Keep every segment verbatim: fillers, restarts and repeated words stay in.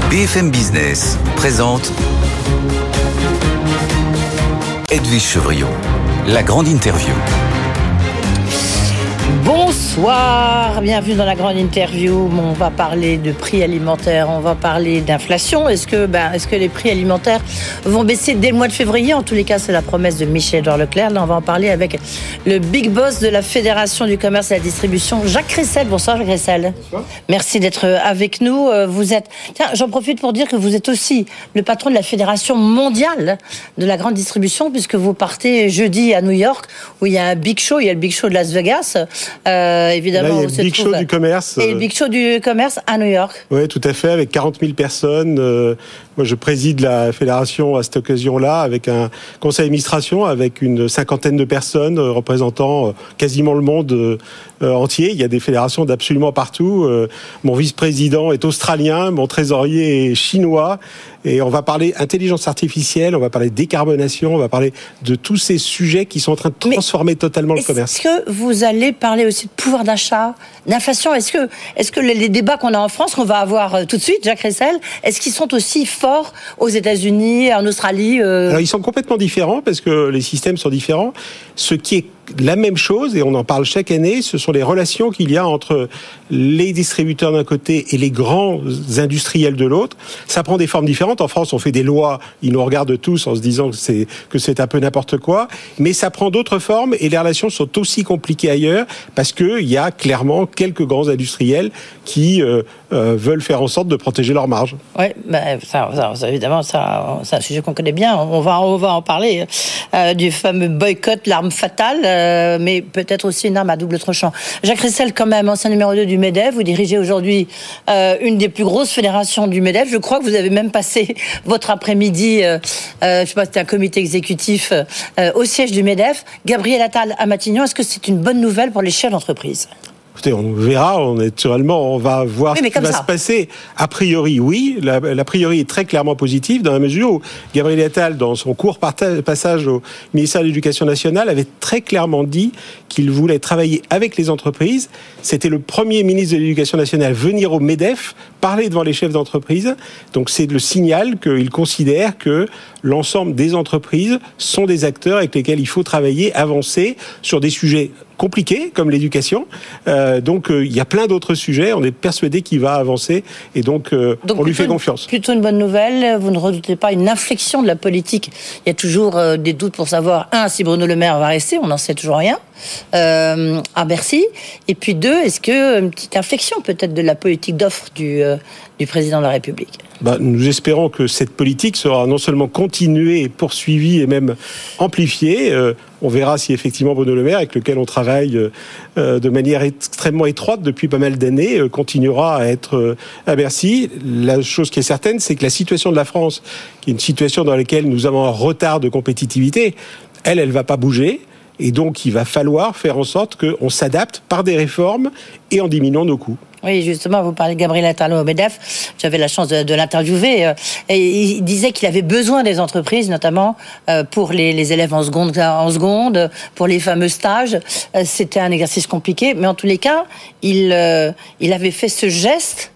B F M Business présente Edwige Chevrillon, la grande interview. Bonsoir, bienvenue dans la grande interview. On va parler de prix alimentaires, on va parler d'inflation. Est-ce que, ben, est-ce que les prix alimentaires vont baisser dès le mois de février? En tous les cas, c'est la promesse de Michel-Édouard Leclerc. Là, on va en parler avec le big boss de la Fédération du commerce et de la distribution, Jacques Cressel. Bonsoir, Jacques Cressel. Bonsoir. Merci d'être avec nous. Vous êtes, tiens, j'en profite pour dire que vous êtes aussi le patron de la Fédération mondiale de la grande distribution, puisque vous partez jeudi à New York, où il y a un big show, il y a le big show de Las Vegas. Euh, évidemment, là, il y a le Big Show du commerce. Et le Big Show du commerce à New York. Oui, tout à fait, avec quarante mille personnes. Euh, moi, je préside la fédération à cette occasion-là, avec un conseil d'administration, avec une cinquantaine de personnes euh, représentant euh, quasiment le monde euh, entier. Il y a des fédérations d'absolument partout. Euh, mon vice-président est australien, mon trésorier est chinois. Et on va parler intelligence artificielle, on va parler décarbonation, on va parler de tous ces sujets qui sont en train de transformer Mais totalement le commerce. Est-ce que vous allez parler aussi de pouvoir d'achat, d'inflation? Est-ce que, est-ce que les, les débats qu'on a en France, qu'on va avoir tout de suite, Jacques Cressel, est-ce qu'ils sont aussi forts aux États-Unis, en Australie euh... Alors, ils sont complètement différents parce que les systèmes sont différents. Ce qui est la même chose, et on en parle chaque année, ce sont les relations qu'il y a entre les distributeurs d'un côté et les grands industriels de l'autre. Ça prend des formes différentes. En France, on fait des lois, ils nous regardent tous en se disant que c'est, que c'est un peu n'importe quoi, mais ça prend d'autres formes et les relations sont aussi compliquées ailleurs parce qu'il y a clairement quelques grands industriels qui euh, euh, veulent faire en sorte de protéger leurs marges. Oui, ben, ça, ça, ça, évidemment, ça, c'est un sujet qu'on connaît bien. On va, on va en parler euh, du fameux boycott, l'arme fatale. Euh, mais peut-être aussi une arme à double tranchant. Jacques Cressel, quand même, ancien numéro deux du MEDEF, vous dirigez aujourd'hui euh, une des plus grosses fédérations du MEDEF. Je crois que vous avez même passé votre après-midi, euh, euh, je sais pas, c'était un comité exécutif euh, au siège du MEDEF. Gabriel Attal à Matignon, est-ce que c'est une bonne nouvelle pour les chefs d'entreprise ? Écoutez, on verra, on, naturellement, on va voir oui, ce qui va ça. se passer. A priori, oui, la, la priori est très clairement positive, dans la mesure où Gabriel Attal, dans son court parta- passage au ministère de l'Éducation nationale, avait très clairement dit qu'il voulait travailler avec les entreprises. C'était le premier ministre de l'Éducation nationale à venir au MEDEF, parler devant les chefs d'entreprise. Donc c'est le signal qu'il considère que l'ensemble des entreprises sont des acteurs avec lesquels il faut travailler, avancer sur des sujets compliqué comme l'éducation. Euh, donc euh, il y a plein d'autres sujets. On est persuadé qu'il va avancer et donc, euh, donc on lui fait confiance. Plutôt une bonne nouvelle. Vous ne redoutez pas une inflexion de la politique. Il y a toujours euh, des doutes pour savoir un, si Bruno Le Maire va rester. On n'en sait toujours rien euh, à Bercy. Et puis deux, est-ce que une petite inflexion peut-être de la politique d'offre du euh, du président de la République? Bah, nous espérons que cette politique sera non seulement continuée, poursuivie et même amplifiée. Euh, on verra si effectivement Bruno Le Maire, avec lequel on travaille euh, de manière extrêmement étroite depuis pas mal d'années, euh, continuera à être euh, à Bercy. La chose qui est certaine, c'est que la situation de la France, qui est une situation dans laquelle nous avons un retard de compétitivité, elle, elle ne va pas bouger. Et donc, il va falloir faire en sorte qu'on s'adapte par des réformes et en diminuant nos coûts. Oui, justement, vous parlez de Gabriel Attal au MEDEF. J'avais la chance de, de l'interviewer. Et il disait qu'il avait besoin des entreprises, notamment pour les, les élèves en seconde, en seconde, pour les fameux stages. C'était un exercice compliqué, mais en tous les cas, il, il avait fait ce geste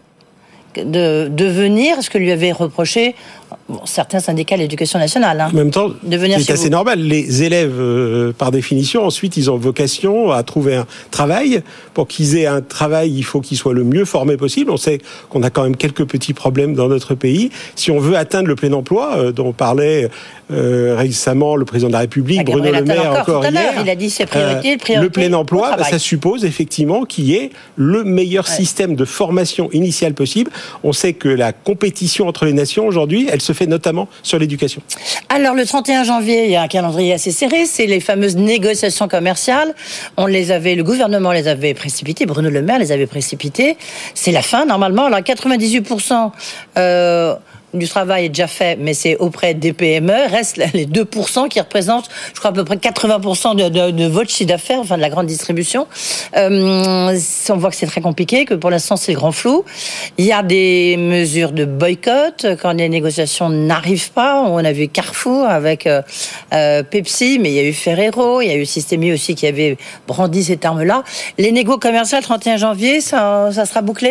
de, de venir, ce que lui avait reproché bon, certains syndicats de l'éducation nationale. Hein, en même temps, de venir c'est assez vous. normal. Les élèves, euh, par définition, ensuite, ils ont vocation à trouver un travail. Pour qu'ils aient un travail, il faut qu'ils soient le mieux formés possible. On sait qu'on a quand même quelques petits problèmes dans notre pays. Si on veut atteindre le plein emploi, euh, dont parlait euh, récemment le président de la République, ah, Bruno Le Maire, encore, encore hier, il a dit ses priorités, euh, priorités le plein emploi, bah, ça suppose effectivement qu'il y ait le meilleur ouais. système de formation initiale possible. On sait que la compétition entre les nations aujourd'hui, elle se fait notamment sur l'éducation. Alors, le trente et un janvier, il y a un calendrier assez serré, c'est les fameuses négociations commerciales. On les avait, le gouvernement les avait précipitées, Bruno Le Maire les avait précipitées. C'est la fin, normalement. Alors, quatre-vingt-dix-huit pour cent euh, du travail est déjà fait, mais c'est auprès des P M E. Restent les deux pour cent qui représentent, je crois, à peu près quatre-vingts pour cent de, de, de votre chiffre d'affaires, enfin de la grande distribution. Euh, on voit que c'est très compliqué, que pour l'instant, c'est le grand flou. Il y a des mesures de boycott quand les négociations n'arrivent pas. On a vu Carrefour avec euh, euh, Pepsi, mais il y a eu Ferrero, il y a eu Systemi aussi qui avait brandi ces termes-là. Les négos commerciales, trente et un janvier, ça, ça sera bouclé ?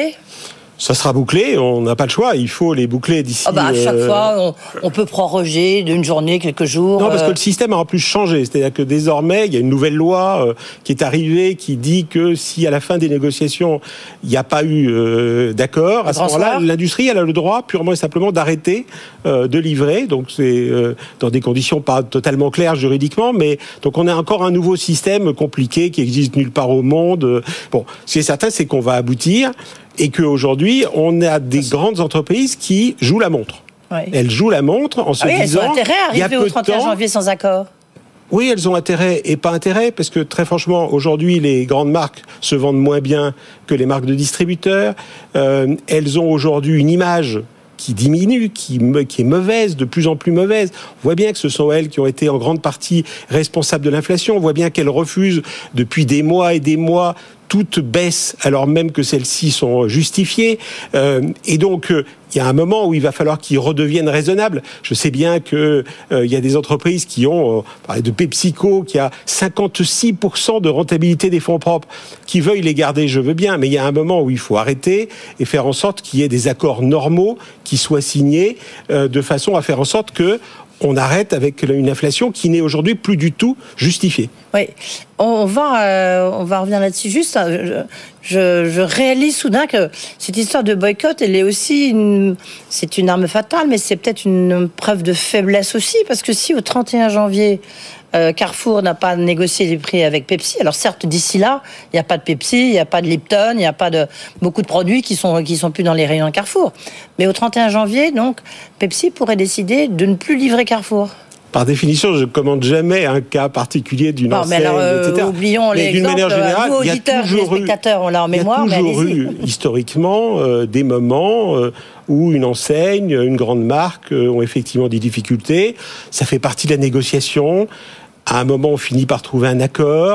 Ça sera bouclé, on n'a pas le choix, il faut les boucler d'ici... Ah bah à chaque euh... fois, on, on peut proroger d'une journée, quelques jours... Non, parce euh... que le système a en plus changé, c'est-à-dire que désormais, il y a une nouvelle loi euh, qui est arrivée, qui dit que si à la fin des négociations, il n'y a pas eu euh, d'accord, à ce moment-là, l'industrie, elle a le droit purement et simplement d'arrêter euh, de livrer, donc c'est euh, dans des conditions pas totalement claires juridiquement, mais donc on a encore un nouveau système compliqué qui existe nulle part au monde. Bon, ce qui est certain, c'est qu'on va aboutir... Et qu'aujourd'hui, on a des grandes entreprises qui jouent la montre. Oui. Elles jouent la montre en se ah oui, disant... Elles ont intérêt à arriver au trente et un janvier sans accord. Oui, elles ont intérêt et pas intérêt, parce que très franchement, aujourd'hui, les grandes marques se vendent moins bien que les marques de distributeurs. Euh, elles ont aujourd'hui une image qui diminue, qui, qui est mauvaise, de plus en plus mauvaise. On voit bien que ce sont elles qui ont été en grande partie responsables de l'inflation. On voit bien qu'elles refusent depuis des mois et des mois toute baisse, alors même que celles-ci sont justifiées. Euh, et donc, il euh, y a un moment où il va falloir qu'ils redeviennent raisonnables. Je sais bien qu'il euh, y a des entreprises qui ont, euh, on parlait de PepsiCo, qui a cinquante-six pour cent de rentabilité des fonds propres, qui veuillent les garder, je veux bien, mais il y a un moment où il faut arrêter et faire en sorte qu'il y ait des accords normaux qui soient signés euh, de façon à faire en sorte que on arrête avec une inflation qui n'est aujourd'hui plus du tout justifiée. Oui, on va, euh, on va revenir là-dessus. Juste, je, je, je réalise soudain que cette histoire de boycott, elle est aussi, une, c'est une arme fatale, mais c'est peut-être une preuve de faiblesse aussi, parce que si au trente et un janvier, euh, Carrefour n'a pas négocié les prix avec Pepsi, alors certes, d'ici là, il n'y a pas de Pepsi, il n'y a pas de Lipton, il n'y a pas de beaucoup de produits qui sont qui sont plus dans les rayons Carrefour. Mais au trente et un janvier, donc, Pepsi pourrait décider de ne plus livrer Carrefour. Par définition, je ne commande jamais un cas particulier d'une bon, enseigne, mais alors, euh, et cetera. Oublions les d'une manière générale, nous, il y a auditeurs, toujours les spectateurs, on l'a en mémoire, il y a toujours eu, historiquement, euh, des moments euh, où une enseigne, une grande marque euh, ont effectivement des difficultés. Ça fait partie de la négociation. À un moment, on finit par trouver un accord.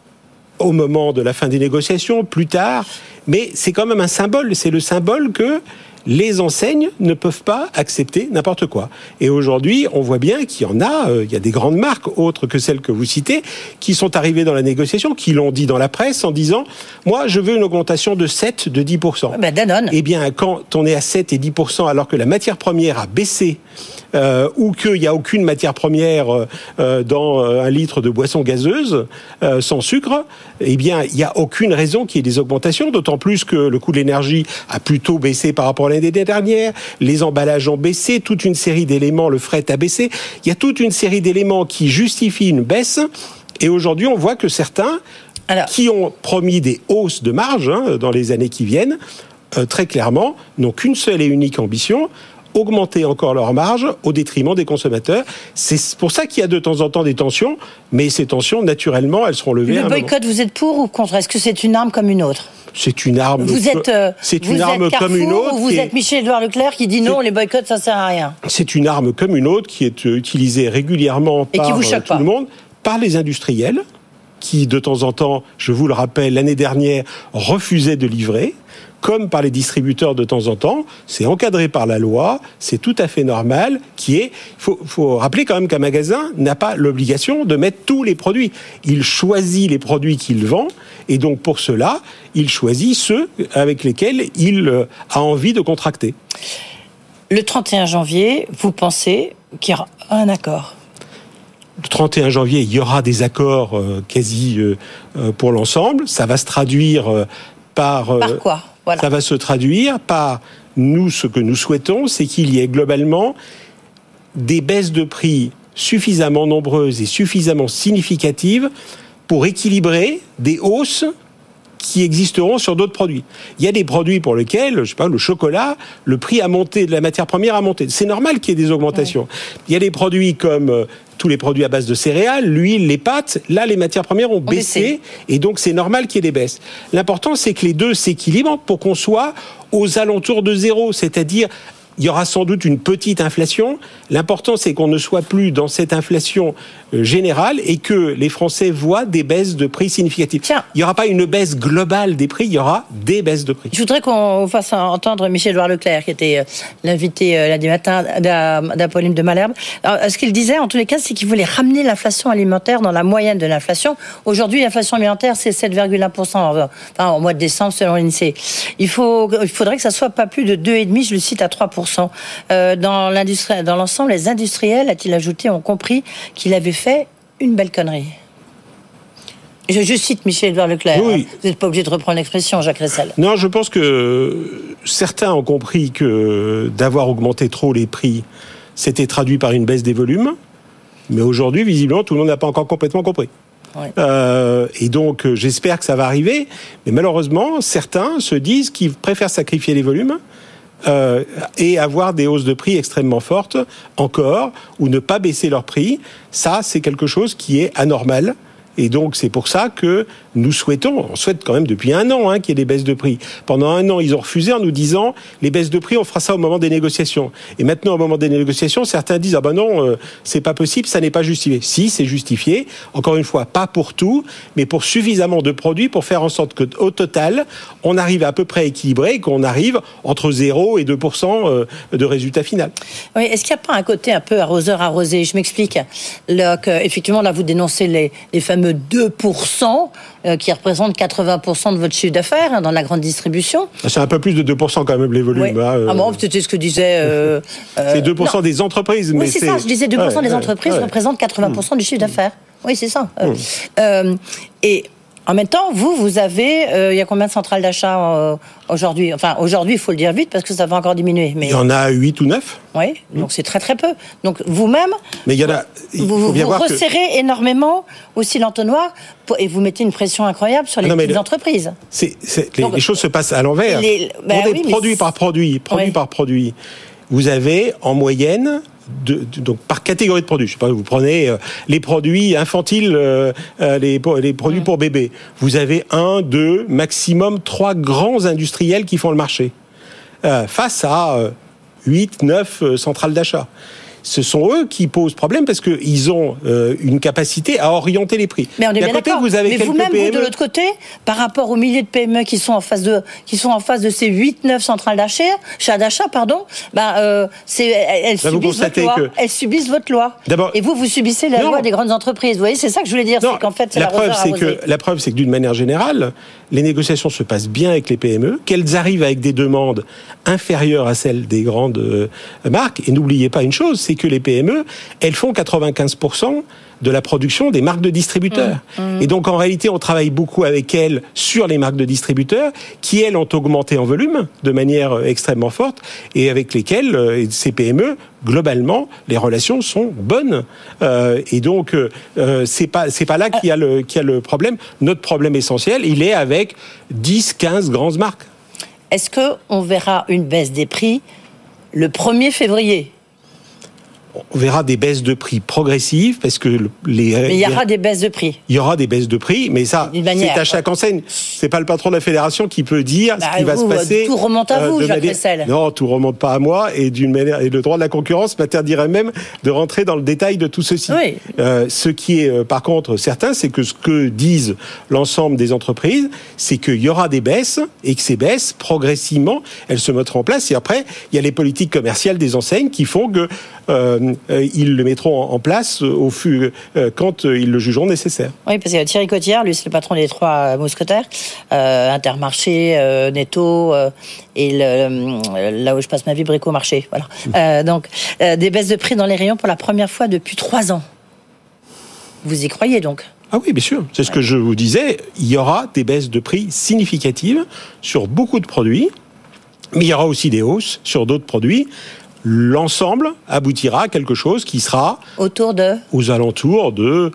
Au moment de la fin des négociations, plus tard. Mais c'est quand même un symbole. C'est le symbole que les enseignes ne peuvent pas accepter n'importe quoi. Et aujourd'hui, on voit bien qu'il y en a, euh, il y a des grandes marques, autres que celles que vous citez, qui sont arrivées dans la négociation, qui l'ont dit dans la presse en disant « Moi, je veux une augmentation de sept, de dix pour cent. » Ben Danone. Eh bien, quand on est à sept et dix pour cent, alors que la matière première a baissé, euh, ou qu'il n'y a aucune matière première euh, dans un litre de boisson gazeuse, euh, sans sucre, eh bien, il n'y a aucune raison qu'il y ait des augmentations, d'autant plus que le coût de l'énergie a plutôt baissé par rapport à l'année dernière, les emballages ont baissé, toute une série d'éléments, le fret a baissé, il y a toute une série d'éléments qui justifient une baisse, et aujourd'hui on voit que certains Alors... qui ont promis des hausses de marge hein, dans les années qui viennent, euh, très clairement, n'ont qu'une seule et unique ambition, augmenter encore leur marge au détriment des consommateurs. C'est pour ça qu'il y a de temps en temps des tensions, mais ces tensions, naturellement, elles seront levées. Le à un boycott, moment. Vous êtes pour ou contre ? Est-ce que c'est une arme comme une autre ? C'est une arme. Vous êtes, euh, c'est vous une arme êtes comme une autre. Ou vous êtes Michel-Édouard Leclerc qui dit non, les boycotts, ça sert à rien. C'est une arme comme une autre qui est utilisée régulièrement Et par qui vous euh, choque tout pas. le monde, par les industriels, qui de temps en temps, je vous le rappelle, l'année dernière, refusaient de livrer. Comme par les distributeurs de temps en temps, c'est encadré par la loi, c'est tout à fait normal, qui est, faut, faut rappeler quand même qu'un magasin n'a pas l'obligation de mettre tous les produits. Il choisit les produits qu'il vend, et donc pour cela, il choisit ceux avec lesquels il a envie de contracter. Le trente et un janvier, vous pensez qu'il y aura un accord ? Le trente et un janvier, il y aura des accords euh, quasi euh, pour l'ensemble. Ça va se traduire euh, par... Euh, par quoi ? Voilà. Ça va se traduire par, nous, ce que nous souhaitons, c'est qu'il y ait globalement des baisses de prix suffisamment nombreuses et suffisamment significatives pour équilibrer des hausses qui existeront sur d'autres produits. Il y a des produits pour lesquels, je sais pas, le chocolat, le prix a monté, de la matière première a monté. C'est normal qu'il y ait des augmentations. Ouais. Il y a des produits comme euh, tous les produits à base de céréales, l'huile, les pâtes. Là, les matières premières ont baissé, baissé et donc c'est normal qu'il y ait des baisses. L'important, c'est que les deux s'équilibrent pour qu'on soit aux alentours de zéro, c'est-à-dire il y aura sans doute une petite inflation. L'important, c'est qu'on ne soit plus dans cette inflation générale et que les Français voient des baisses de prix significatives. Tiens. Il n'y aura pas une baisse globale des prix, il y aura des baisses de prix. Je voudrais qu'on fasse entendre Michel-Édouard Leclerc, qui était l'invité lundi matin d'Apolline de Malherbe. Alors, ce qu'il disait, en tous les cas, c'est qu'il voulait ramener l'inflation alimentaire dans la moyenne de l'inflation. Aujourd'hui, l'inflation alimentaire, c'est sept virgule un pour cent enfin, au mois de décembre, selon l'INSEE. Il, faut, il faudrait que ça soit pas plus de deux virgule cinq pour cent, je le cite, à trois pour cent. Euh, dans, l'industrie, dans l'ensemble, les industriels, a-t-il ajouté, ont compris qu'il avait fait une belle connerie. Je, je cite Michel-Édouard Leclerc. Oui. Hein. Vous n'êtes pas obligé de reprendre l'expression, Jacques Ressel. Non, je pense que certains ont compris que d'avoir augmenté trop les prix, c'était traduit par une baisse des volumes. Mais aujourd'hui, visiblement, tout le monde n'a pas encore complètement compris. Ouais. Euh, et donc, j'espère que ça va arriver. Mais malheureusement, certains se disent qu'ils préfèrent sacrifier les volumes euh, et avoir des hausses de prix extrêmement fortes encore, ou ne pas baisser leurs prix. Ça, c'est quelque chose qui est anormal. Et donc, c'est pour ça que nous souhaitons, on souhaite quand même depuis un an hein, qu'il y ait des baisses de prix. Pendant un an, ils ont refusé en nous disant les baisses de prix, on fera ça au moment des négociations. Et maintenant, au moment des négociations, certains disent ah ben non, euh, c'est pas possible, ça n'est pas justifié. Si, c'est justifié. Encore une fois, pas pour tout, mais pour suffisamment de produits pour faire en sorte que, au total, on arrive à peu près équilibré et qu'on arrive entre zéro et deux pour cent de résultat final. Oui, est-ce qu'il n'y a pas un côté un peu arroseur arrosé ? Je m'explique. Là, que, effectivement, là, vous dénoncez les, les fameux deux pour cent euh, qui représentent quatre-vingts pour cent de votre chiffre d'affaires hein, dans la grande distribution. C'est un peu plus de deux pour cent quand même les volumes. Oui. Hein, euh... Ah bon, c'était ce que disait... Euh, euh, c'est deux pour cent non. des entreprises. Oui, mais c'est, c'est ça, je disais deux pour cent ouais, des entreprises ouais, représentent quatre-vingts pour cent mmh. du chiffre d'affaires. Oui, c'est ça. Mmh. Euh, et... En même temps, vous, vous avez... Euh, il y a combien de centrales d'achat euh, aujourd'hui ? Enfin, aujourd'hui, il faut le dire vite, parce que ça va encore diminuer. Mais... Il y en a huit ou neuf. Oui, mmh. donc c'est très très peu. Donc vous-même, mais il y en a, il vous, faut bien vous voir resserrez que... énormément aussi l'entonnoir, pour, et vous mettez une pression incroyable sur les non, petites le... entreprises. C'est, c'est, les, donc, les choses se passent à l'envers. Les... Ben, On est oui, produit mais... par produit, produit oui. par produit. Vous avez, en moyenne... De, de, donc par catégorie de produits. Je sais pas, vous prenez euh, les produits infantiles, euh, euh, les, les produits mmh. pour bébés. Vous avez un, deux, maximum trois grands industriels qui font le marché euh, face à euh, huit, neuf euh, centrales d'achat. Ce sont eux qui posent problème parce qu'ils ont euh, une capacité à orienter les prix. Mais on est bien côté, d'accord. Vous avez mais quelques vous-même, P M E... vous, de l'autre côté, par rapport aux milliers de P M E qui sont en face de, qui sont en face de ces huit, neuf centrales d'achat, d'achat pardon, ben, euh, c'est, elles, ben subissent votre loi. Que... elles subissent votre loi. D'abord... Et vous, vous subissez la non. loi des grandes entreprises. Vous voyez, c'est ça que je voulais dire. Non. C'est qu'en fait, c'est la, la preuve, c'est que La preuve, c'est que d'une manière générale, les négociations se passent bien avec les P M E, qu'elles arrivent avec des demandes inférieures à celles des grandes euh, marques. Et n'oubliez pas une chose, c'est que les P M E, elles font quatre-vingt-quinze pour cent de la production des marques de distributeurs. Mmh, mmh. Et donc, en réalité, on travaille beaucoup avec elles sur les marques de distributeurs qui, elles, ont augmenté en volume de manière extrêmement forte et avec lesquelles, euh, ces P M E, globalement, les relations sont bonnes. Euh, et donc, euh, c'est pas, c'est pas là qu'il y a le, qu'il y a le problème. Notre problème essentiel, il est avec dix, quinze grandes marques. Est-ce qu'on verra une baisse des prix le premier février ? On verra des baisses de prix progressives parce que les. Mais il y aura des baisses de prix. Il y aura des baisses de prix, mais ça, manière, c'est à chaque enseigne. C'est pas le patron de la fédération qui peut dire bah, ce qui vous, va se passer. Tout remonte à vous, euh, Jacques Ressel. Non, tout remonte pas à moi et d'une manière et le droit de la concurrence m'interdirait même de rentrer dans le détail de tout ceci. Oui. Euh, ce qui est euh, par contre certain, c'est que ce que disent l'ensemble des entreprises, c'est qu'il y aura des baisses et que ces baisses progressivement, elles se mettront en place. Et après, il y a les politiques commerciales des enseignes qui font que Euh, euh, ils le mettront en place au fur, euh, quand euh, ils le jugeront nécessaire. Oui, parce qu'il y a Thierry Cotillard, lui c'est le patron des trois mousquetaires, euh, Intermarché, euh, Netto euh, et le, euh, là où je passe ma vie, Bricomarché. Voilà. Mmh. Euh, donc euh, des baisses de prix dans les rayons pour la première fois depuis trois ans. Vous y croyez donc ? Ah oui, bien sûr. C'est ce ouais. que je vous disais. Il y aura des baisses de prix significatives sur beaucoup de produits, mais il y aura aussi des hausses sur d'autres produits. L'ensemble aboutira à quelque chose qui sera autour de aux alentours de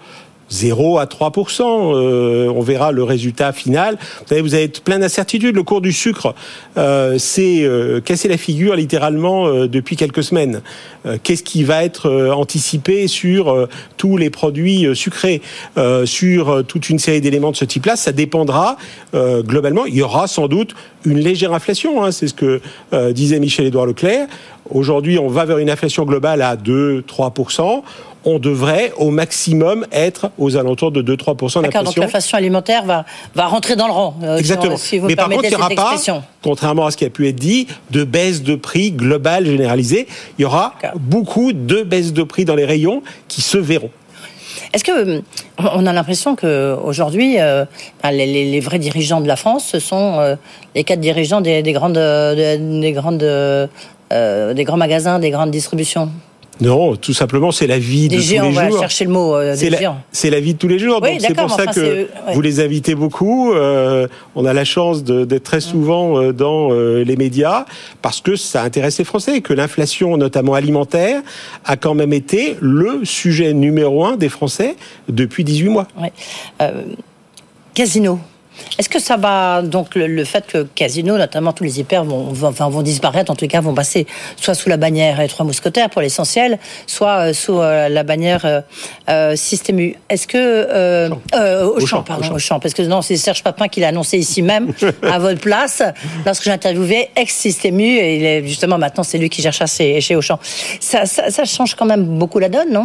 zéro à trois pour cent. Euh, on verra le résultat final. Vous savez, vous avez plein d'incertitudes. Le cours du sucre euh, s'est euh, cassé la figure littéralement euh, depuis quelques semaines. Euh, qu'est-ce qui va être euh, anticipé sur euh, tous les produits euh, sucrés, euh, sur euh, toute une série d'éléments de ce type-là? Ça dépendra euh, globalement. Il y aura sans doute une légère inflation. Hein, c'est ce que euh, disait Michel-Édouard Leclerc. Aujourd'hui, on va vers une inflation globale à deux à trois pour cent. On devrait au maximum être aux alentours de deux à trois pour cent d'inflation. D'accord, donc l'inflation alimentaire va, va rentrer dans le rang. Euh, Exactement. Si vous Mais par contre, il n'y aura pas, contrairement à ce qui a pu être dit, de baisse de prix globale généralisée. Il y aura D'accord. beaucoup de baisses de prix dans les rayons qui se verront. Est-ce que on a l'impression qu'aujourd'hui, euh, les, les, les vrais dirigeants de la France, ce sont euh, les quatre dirigeants des, des grandes, des, des grandes, euh, des grands magasins, des grandes distributions? Non, tout simplement, c'est la vie de des tous géants, les jours. On va chercher le mot. Euh, c'est, des la, géants. c'est la vie de tous les jours. Oui, donc c'est pour ça enfin, que ouais. vous les invitez beaucoup. Euh, on a la chance de, d'être très souvent euh, dans euh, les médias parce que ça intéresse les Français, que l'inflation, notamment alimentaire, a quand même été le sujet numéro un des Français depuis dix-huit mois. Ouais. Euh, casino. Est-ce que ça va, donc le, le fait que Casino, notamment tous les hyper, vont, vont, enfin, vont disparaître, en tout cas vont passer soit sous la bannière Les Trois Mousquetaires pour l'essentiel, soit euh, sous euh, la bannière euh, euh, Système U. Est-ce que... Euh, euh, Auchan, Auchan, pardon, Auchan. Auchan. Parce que non, c'est Serge Papin qui l'a annoncé ici même, à votre place, lorsque j'ai interviewé ex-Système U, et il est, justement maintenant c'est lui qui gère ça chez, chez Auchan. Ça, ça, ça change quand même beaucoup la donne, non ?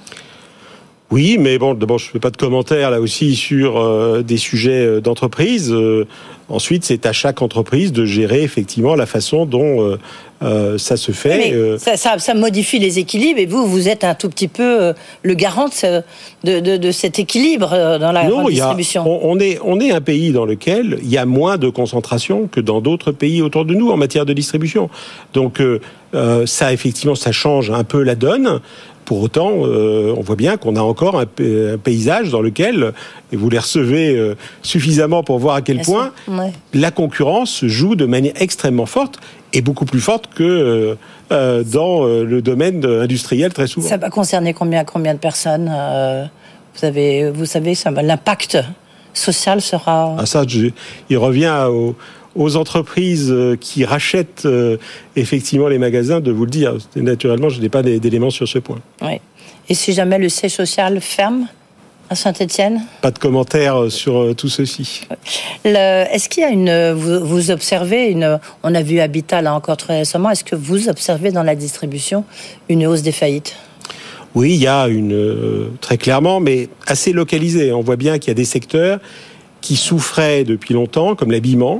Oui, mais bon, d'abord, je ne fais pas de commentaires là aussi sur euh, des sujets d'entreprise. Euh, ensuite, c'est à chaque entreprise de gérer effectivement la façon dont euh, euh, ça se fait. Mais euh... ça, ça, ça modifie les équilibres et vous, vous êtes un tout petit peu euh, le garant de, de, de, de cet équilibre euh, dans la non, distribution. Y a, on, on, est, on est un pays dans lequel il y a moins de concentration que dans d'autres pays autour de nous en matière de distribution. Donc euh, euh, ça, effectivement, ça change un peu la donne. Pour autant, euh, on voit bien qu'on a encore un, un paysage dans lequel, et vous les recevez euh, suffisamment pour voir à quel Bien point ouais. la concurrence joue de manière extrêmement forte et beaucoup plus forte que euh, dans euh, le domaine industriel très souvent. Ça va concerner combien, combien de personnes euh, vous, avez, vous savez, ça, l'impact social sera... Ah ça, je, il revient au... aux entreprises qui rachètent euh, effectivement les magasins de vous le dire. Naturellement, je n'ai pas d'éléments sur ce point. Oui. Et si jamais le siège social ferme à Saint-Étienne ? Pas de commentaires sur euh, tout ceci. Le, est-ce qu'il y a une... Vous, vous observez une... On a vu Habitat là encore très récemment. Est-ce que vous observez dans la distribution une hausse des faillites ? Oui, il y a une... Euh, très clairement, mais assez localisée. On voit bien qu'il y a des secteurs qui souffraient depuis longtemps, comme l'habillement,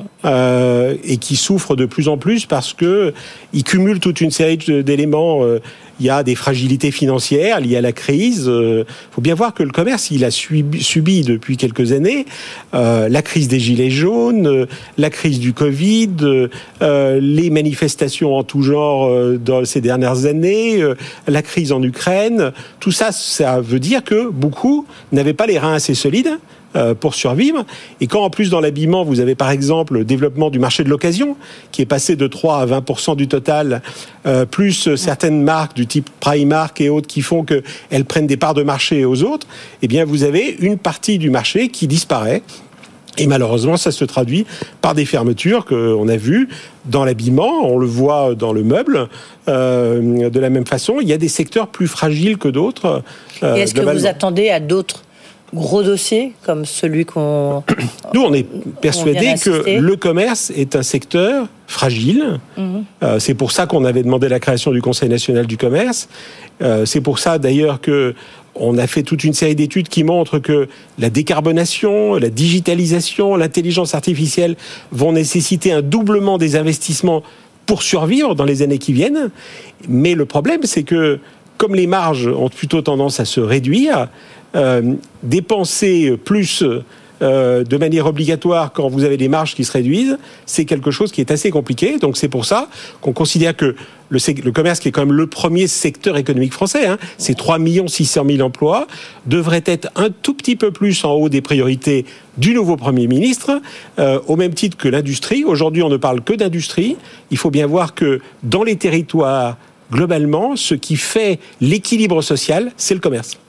Euh, et qui souffrent de plus en plus parce que ils cumulent toute une série d'éléments. Euh, il y a des fragilités financières liées à la crise. Il euh, faut bien voir que le commerce, il a subi, subi depuis quelques années euh, la crise des gilets jaunes, euh, la crise du Covid, euh, les manifestations en tout genre euh, dans ces dernières années, euh, la crise en Ukraine. Tout ça, ça veut dire que beaucoup n'avaient pas les reins assez solides pour survivre. Et quand en plus dans l'habillement, vous avez par exemple le développement du marché de l'occasion, qui est passé de trois à vingt pour cent du total, euh, plus certaines marques du type Primark et autres qui font qu'elles prennent des parts de marché aux autres, eh bien vous avez une partie du marché qui disparaît. Et malheureusement, ça se traduit par des fermetures qu'on a vues dans l'habillement, on le voit dans le meuble. Euh, de la même façon, il y a des secteurs plus fragiles que d'autres. Euh, et est-ce que vous attendez à d'autres gros dossier comme celui qu'on... Nous, on est persuadés que le commerce est un secteur fragile. Mmh. Euh, c'est pour ça qu'on avait demandé la création du Conseil national du commerce. Euh, c'est pour ça, d'ailleurs, que on a fait toute une série d'études qui montrent que la décarbonation, la digitalisation, l'intelligence artificielle vont nécessiter un doublement des investissements pour survivre dans les années qui viennent. Mais le problème, c'est que comme les marges ont plutôt tendance à se réduire, euh, dépenser plus euh, de manière obligatoire quand vous avez des marges qui se réduisent, c'est quelque chose qui est assez compliqué. Donc c'est pour ça qu'on considère que le, le commerce, qui est quand même le premier secteur économique français, hein, c'est trois millions six cent mille emplois, devrait être un tout petit peu plus en haut des priorités du nouveau Premier ministre, euh, au même titre que l'industrie. Aujourd'hui, on ne parle que d'industrie. Il faut bien voir que dans les territoires, globalement, ce qui fait l'équilibre social, c'est le commerce.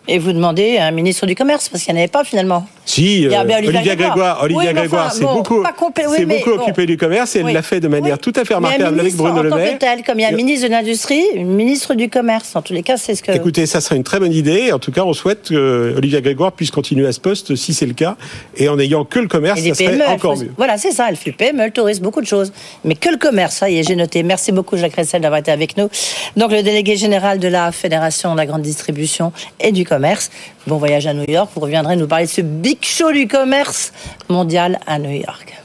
Et vous demandez à un ministre du Commerce, parce qu'il n'y en avait pas finalement. Si, euh, Olivia, Olivia Grégoire, Olivia oui, Grégoire enfin, s'est bon, beaucoup, compl- oui, beaucoup bon. occupée du commerce et oui. elle l'a fait de manière oui. tout à fait remarquable avec Bruno Le Maire. Tel, comme il y a un ministre de l'Industrie, un ministre du Commerce. En tous les cas, c'est ce que... Écoutez, ça serait une très bonne idée. En tout cas, on souhaite que Olivia Grégoire puisse continuer à ce poste, si c'est le cas. Et en n'ayant que le commerce, ça serait P M E, encore faut... mieux. Voilà, c'est ça. Elle fait le P M E, le tourisme, beaucoup de choses. Mais que le commerce, ça y est, j'ai noté. Merci beaucoup, Jacques Ressel, d'avoir été avec nous. Donc, le délégué général de la Fédération de la grande distribution et du commerce. Bon voyage à New York. Vous reviendrez nous parler de ce big show du commerce mondial à New York.